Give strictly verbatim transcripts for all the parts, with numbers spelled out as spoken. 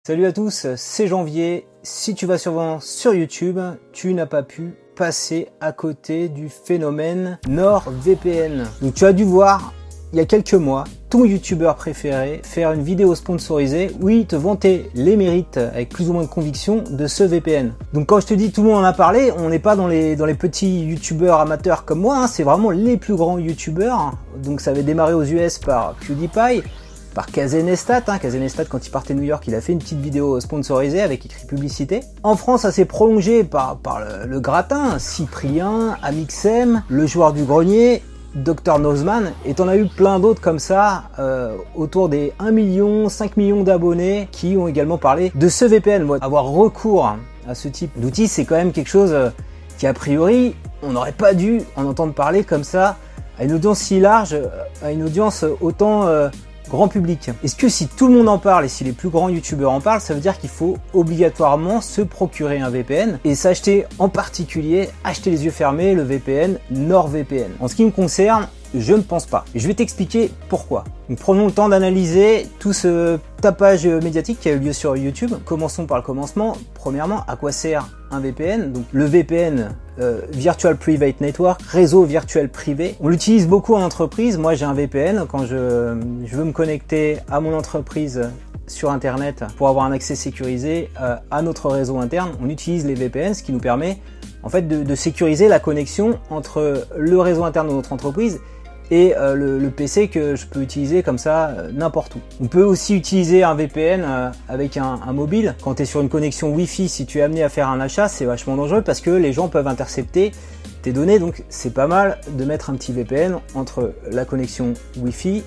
Salut à tous, c'est Janvier. Si tu vas souvent sur YouTube, tu n'as pas pu passer à côté du phénomène NordVPN. Donc tu as dû voir, il y a quelques mois, ton youtubeur préféré faire une vidéo sponsorisée où il te vantait les mérites avec plus ou moins de conviction de ce V P N. Donc quand je te dis tout le monde en a parlé, on n'est pas dans les, dans les petits youtubeurs amateurs comme moi, hein, c'est vraiment les plus grands youtubeurs. Donc ça avait démarré aux U S par PewDiePie, par Kazenestat, hein. Kazenestat, quand il partait de New York, il a fait une petite vidéo sponsorisée avec écrit publicité. En France, ça s'est prolongé par, par le, le gratin, Cyprien, Amixem, le joueur du grenier, Docteur Nozman, et t'en as eu plein d'autres comme ça, euh, autour des un million, cinq millions d'abonnés qui ont également parlé de ce V P N. Moi, avoir recours à ce type d'outil, c'est quand même quelque chose qui, a priori, on n'aurait pas dû en entendre parler comme ça, à une audience si large, à une audience autant... Euh, grand public. Est-ce que si tout le monde en parle et si les plus grands youtubeurs en parlent, ça veut dire qu'il faut obligatoirement se procurer un V P N et s'acheter en particulier, acheter les yeux fermés, le V P N NordVPN? En ce qui me concerne, je ne pense pas. Et je vais t'expliquer pourquoi. Donc prenons le temps d'analyser tout ce tapage médiatique qui a eu lieu sur YouTube. Commençons par le commencement. Premièrement, à quoi sert un V P N? Donc le V P N, euh, Virtual Private Network, réseau virtuel privé. On l'utilise beaucoup en entreprise. Moi j'ai un V P N quand je, je veux me connecter à mon entreprise sur internet pour avoir un accès sécurisé euh, à notre réseau interne. On utilise les V P N, ce qui nous permet en fait de, de sécuriser la connexion entre le réseau interne de notre entreprise et euh, le, le P C que je peux utiliser comme ça euh, n'importe où. On peut aussi utiliser un V P N euh, avec un, un mobile. Quand tu es sur une connexion Wi-Fi, si tu es amené à faire un achat, c'est vachement dangereux parce que les gens peuvent intercepter tes données. Donc c'est pas mal de mettre un petit V P N entre la connexion Wi-Fi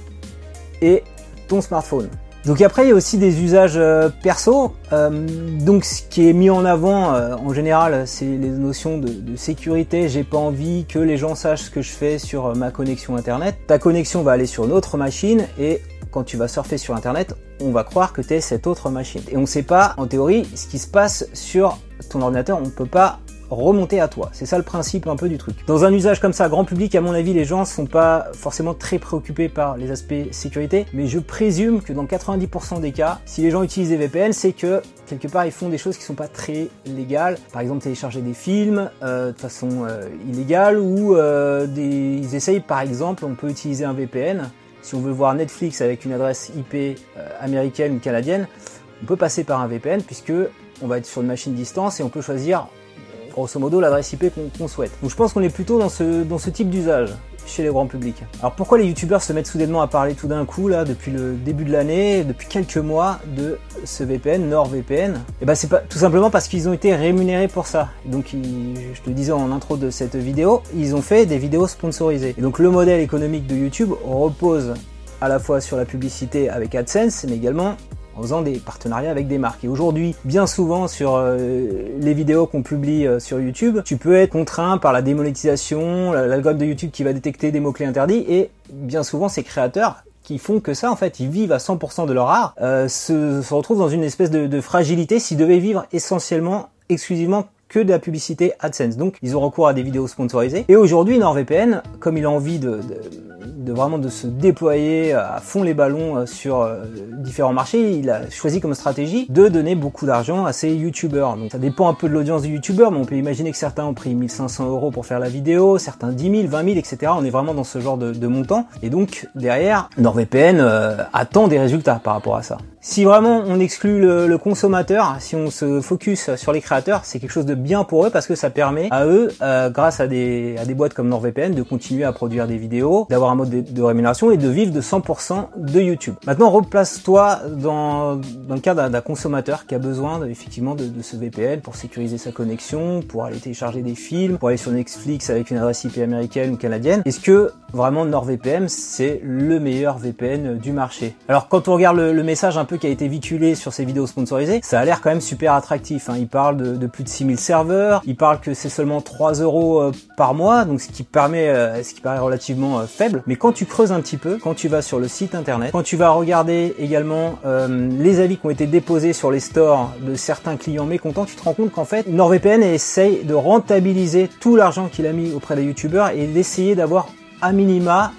et ton smartphone. Donc après il y a aussi des usages euh, perso, euh, donc ce qui est mis en avant euh, en général c'est les notions de, de sécurité. J'ai pas envie que les gens sachent ce que je fais sur euh, ma connexion internet. Ta connexion va aller sur une autre machine et quand tu vas surfer sur internet, on va croire que tu es cette autre machine. Et on ne sait pas en théorie ce qui se passe sur ton ordinateur, on ne peut pas remonter à toi. C'est ça le principe un peu du truc. Dans un usage comme ça, grand public, à mon avis, les gens sont pas forcément très préoccupés par les aspects sécurité, mais je présume que dans quatre-vingt-dix pour cent des cas, si les gens utilisent des V P N, c'est que quelque part ils font des choses qui sont pas très légales. Par exemple, télécharger des films euh, de façon euh, illégale ou euh, des... ils essayent par exemple, on peut utiliser un V P N. Si on veut voir Netflix avec une adresse I P euh, américaine ou canadienne, on peut passer par un V P N puisque on va être sur une machine distance et on peut choisir grosso modo l'adresse I P qu'on qu'on souhaite. Donc je pense qu'on est plutôt dans ce, dans ce type d'usage chez les grands publics. Alors pourquoi les youtubeurs se mettent soudainement à parler tout d'un coup là depuis le début de l'année, depuis quelques mois de ce V P N, NordVPN? Et ben c'est pas tout simplement parce qu'ils ont été rémunérés pour ça. Donc ils, je te le disais en intro de cette vidéo, ils ont fait des vidéos sponsorisées. Et donc le modèle économique de YouTube repose à la fois sur la publicité avec AdSense, mais également en faisant des partenariats avec des marques. Et aujourd'hui, bien souvent sur euh, les vidéos qu'on publie euh, sur YouTube, tu peux être contraint par la démonétisation, l'algorithme de YouTube qui va détecter des mots-clés interdits, et bien souvent ces créateurs qui font que ça, en fait, ils vivent à cent pour cent de leur art, euh, se, se retrouvent dans une espèce de, de fragilité s'ils devaient vivre essentiellement, exclusivement que de la publicité AdSense. Donc ils ont recours à des vidéos sponsorisées. Et aujourd'hui, NordVPN, comme il a envie de, de, de vraiment de se déployer à fond les ballons sur euh, différents marchés, il a choisi comme stratégie de donner beaucoup d'argent à ses youtubeurs. Donc ça dépend un peu de l'audience du youtubeur, mais on peut imaginer que certains ont pris mille cinq cents euros pour faire la vidéo, certains dix mille, vingt mille, et cetera. On est vraiment dans ce genre de, de montant. Et donc derrière, NordVPN euh, attend des résultats par rapport à ça. Si vraiment on exclut le, le consommateur, si on se focus sur les créateurs, c'est quelque chose de bien pour eux parce que ça permet à eux, euh, grâce à des, à des boîtes comme NordVPN, de continuer à produire des vidéos, d'avoir un mode de, de rémunération et de vivre de cent pour cent de YouTube. Maintenant, replace-toi dans, dans le cas d'un consommateur qui a besoin de, effectivement de, de ce V P N pour sécuriser sa connexion, pour aller télécharger des films, pour aller sur Netflix avec une adresse I P américaine ou canadienne. Est-ce que vraiment NordVPN c'est le meilleur V P N du marché? Alors quand on regarde le, le message un peu qui a été véhiculé sur ces vidéos sponsorisées, ça a l'air quand même super attractif, hein. Il parle de, de plus de six mille serveurs, il parle que c'est seulement trois euros euh, par mois, donc ce qui permet, euh, ce qui paraît relativement euh, faible. Mais quand tu creuses un petit peu, quand tu vas sur le site internet, quand tu vas regarder également euh, les avis qui ont été déposés sur les stores de certains clients mécontents, tu te rends compte qu'en fait NordVPN essaye de rentabiliser tout l'argent qu'il a mis auprès des youtubeurs et d'essayer d'avoir à minima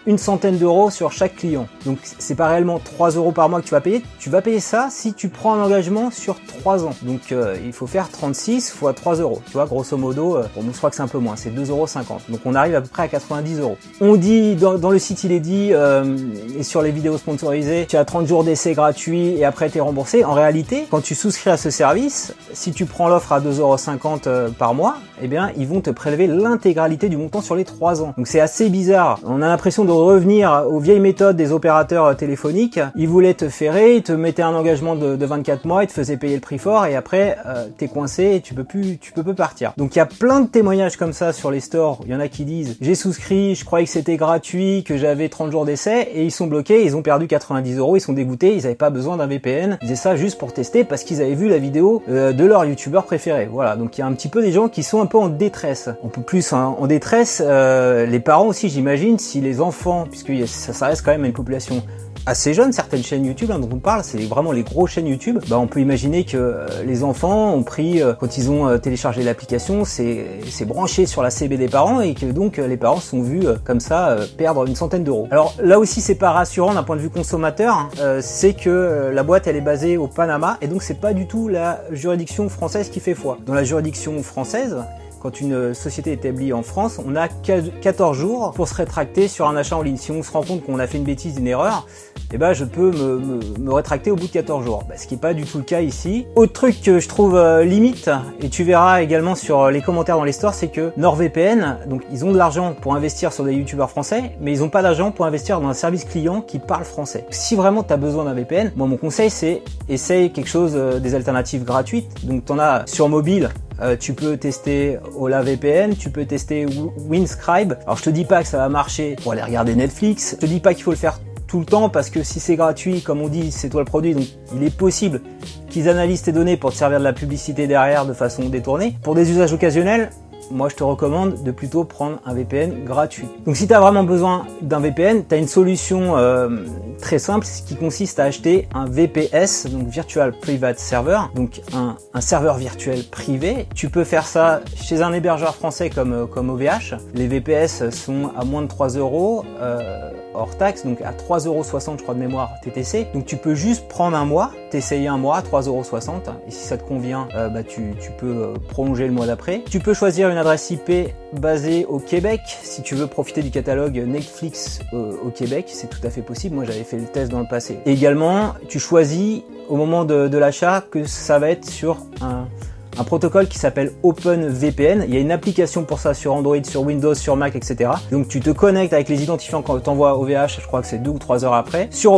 une centaine d'euros sur chaque client. Donc c'est pas réellement trois euros par mois que tu vas payer, tu vas payer ça si tu prends un engagement sur trois ans. Donc euh, il faut faire trente-six fois trois euros. Tu vois, grosso modo, euh, bon, je crois que c'est un peu moins, c'est deux euros cinquante. Donc on arrive à peu près à quatre-vingt-dix euros. On dit, dans, dans le site il est dit, euh, et sur les vidéos sponsorisées, tu as trente jours d'essai gratuit et après tu es remboursé. En réalité, quand tu souscris à ce service, si tu prends l'offre à deux euros cinquante euh, par mois, eh bien ils vont te prélever l'intégralité du montant sur les trois ans. Donc c'est assez bizarre. On a l'impression de revenir aux vieilles méthodes des opérateurs téléphoniques. Ils voulaient te ferrer, ils te mettaient un engagement de, de vingt-quatre mois, ils te faisaient payer le prix fort et après euh, t'es coincé et tu peux plus, tu peux plus partir. Donc il y a plein de témoignages comme ça sur les stores. Il y en a qui disent j'ai souscrit, je croyais que c'était gratuit, que j'avais trente jours d'essai et ils sont bloqués, ils ont perdu quatre-vingt-dix euros, ils sont dégoûtés, ils n'avaient pas besoin d'un V P N, ils faisaient ça juste pour tester parce qu'ils avaient vu la vidéo euh, de leur youtubeur préféré. Voilà, donc il y a un petit peu des gens qui sont un peu en détresse. Un peu plus hein, en détresse, euh, les parents aussi j'imagine, si les enfants, puisque ça, ça reste quand même une population assez jeune, certaines chaînes YouTube hein, dont on parle, c'est vraiment les gros chaînes YouTube, bah, on peut imaginer que euh, les enfants ont pris, euh, quand ils ont euh, téléchargé l'application, c'est branché sur la C B des parents et que donc euh, les parents sont vus euh, comme ça euh, perdre une centaine d'euros. Alors là aussi c'est pas rassurant d'un point de vue consommateur, hein, euh, c'est que euh, la boîte elle est basée au Panama et donc c'est pas du tout la juridiction française qui fait foi. Dans la juridiction française, quand une société est établie en France, on a quatorze jours pour se rétracter sur un achat en ligne. Si on se rend compte qu'on a fait une bêtise, une erreur, eh ben je peux me, me, me rétracter au bout de quatorze jours. Bah, ce qui n'est pas du tout le cas ici. Autre truc que je trouve euh, limite, et tu verras également sur les commentaires dans les stores, c'est que NordVPN, donc ils ont de l'argent pour investir sur des youtubeurs français, mais ils n'ont pas d'argent pour investir dans un service client qui parle français. Si vraiment tu as besoin d'un V P N, moi mon conseil c'est essaye quelque chose, euh, des alternatives gratuites. Donc tu en as sur mobile. Euh, tu peux tester Ola V P N, tu peux tester Windscribe. Alors je te dis pas que ça va marcher pour aller regarder Netflix, je te dis pas qu'il faut le faire tout le temps parce que si c'est gratuit, comme on dit, c'est toi le produit, donc il est possible qu'ils analysent tes données pour te servir de la publicité derrière de façon détournée. Pour des usages occasionnels, moi je te recommande de plutôt prendre un V P N gratuit. Donc si tu as vraiment besoin d'un V P N, tu as une solution euh, très simple qui consiste à acheter un V P S, donc Virtual Private Server, donc un, un serveur virtuel privé. Tu peux faire ça chez un hébergeur français comme, comme O V H. Les V P S sont à moins de trois euros euh, hors taxe, donc à trois euros soixante je crois de mémoire T T C. Donc tu peux juste prendre un mois, t'essayer un mois à trois euros soixante et si ça te convient, euh, bah, tu, tu peux euh, prolonger le mois d'après. Tu peux choisir une adresse I P basée au Québec si tu veux profiter du catalogue Netflix euh, au Québec, c'est tout à fait possible. Moi j'avais fait le test dans le passé. Et également tu choisis au moment de, de l'achat que ça va être sur un un protocole qui s'appelle OpenVPN. Il y a une application pour ça sur Android, sur Windows, sur Mac, et cetera. Donc tu te connectes avec les identifiants quand tu envoies O V H, je crois que c'est deux ou trois heures après, sur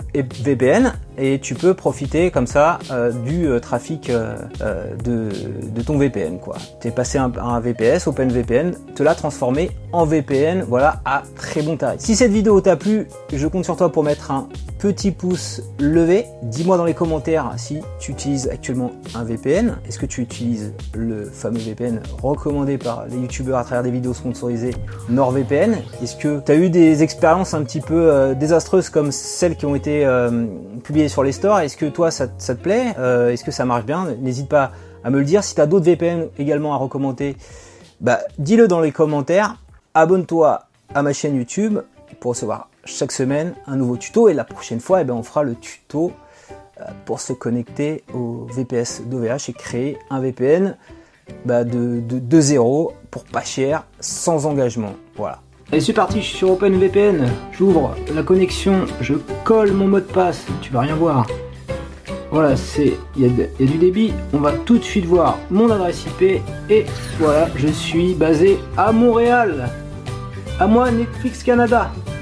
OpenVPN et tu peux profiter comme ça euh, du euh, trafic euh, euh, de, de ton V P N, quoi. Tu es passé un, un V P S, OpenVPN, te l'a transformé en V P N, voilà, à très bon tarif. Si cette vidéo t'a plu, je compte sur toi pour mettre un petit pouce levé. Dis-moi dans les commentaires si tu utilises actuellement un V P N. Est-ce que tu utilises le fameux V P N recommandé par les youtubeurs à travers des vidéos sponsorisées NordVPN? Est-ce que tu as eu des expériences un petit peu euh, désastreuses comme celles qui ont été euh, publiées sur les stores? Est-ce que toi ça, ça te plaît? euh, Est-ce que ça marche bien? N'hésite pas à me le dire. Si tu as d'autres V P N également à recommander, bah, dis-le dans les commentaires. Abonne-toi à ma chaîne YouTube pour recevoir chaque semaine un nouveau tuto et la prochaine fois eh ben, on fera le tuto pour se connecter au V P S d'O V H et créer un V P N bah, de, de, de zéro pour pas cher, sans engagement. Voilà. Allez, c'est parti, je suis sur OpenVPN, j'ouvre la connexion, je colle mon mot de passe, tu vas rien voir. Voilà, c'est il y, y a du débit, on va tout de suite voir mon adresse I P et voilà, je suis basé à Montréal. À moi Netflix Canada.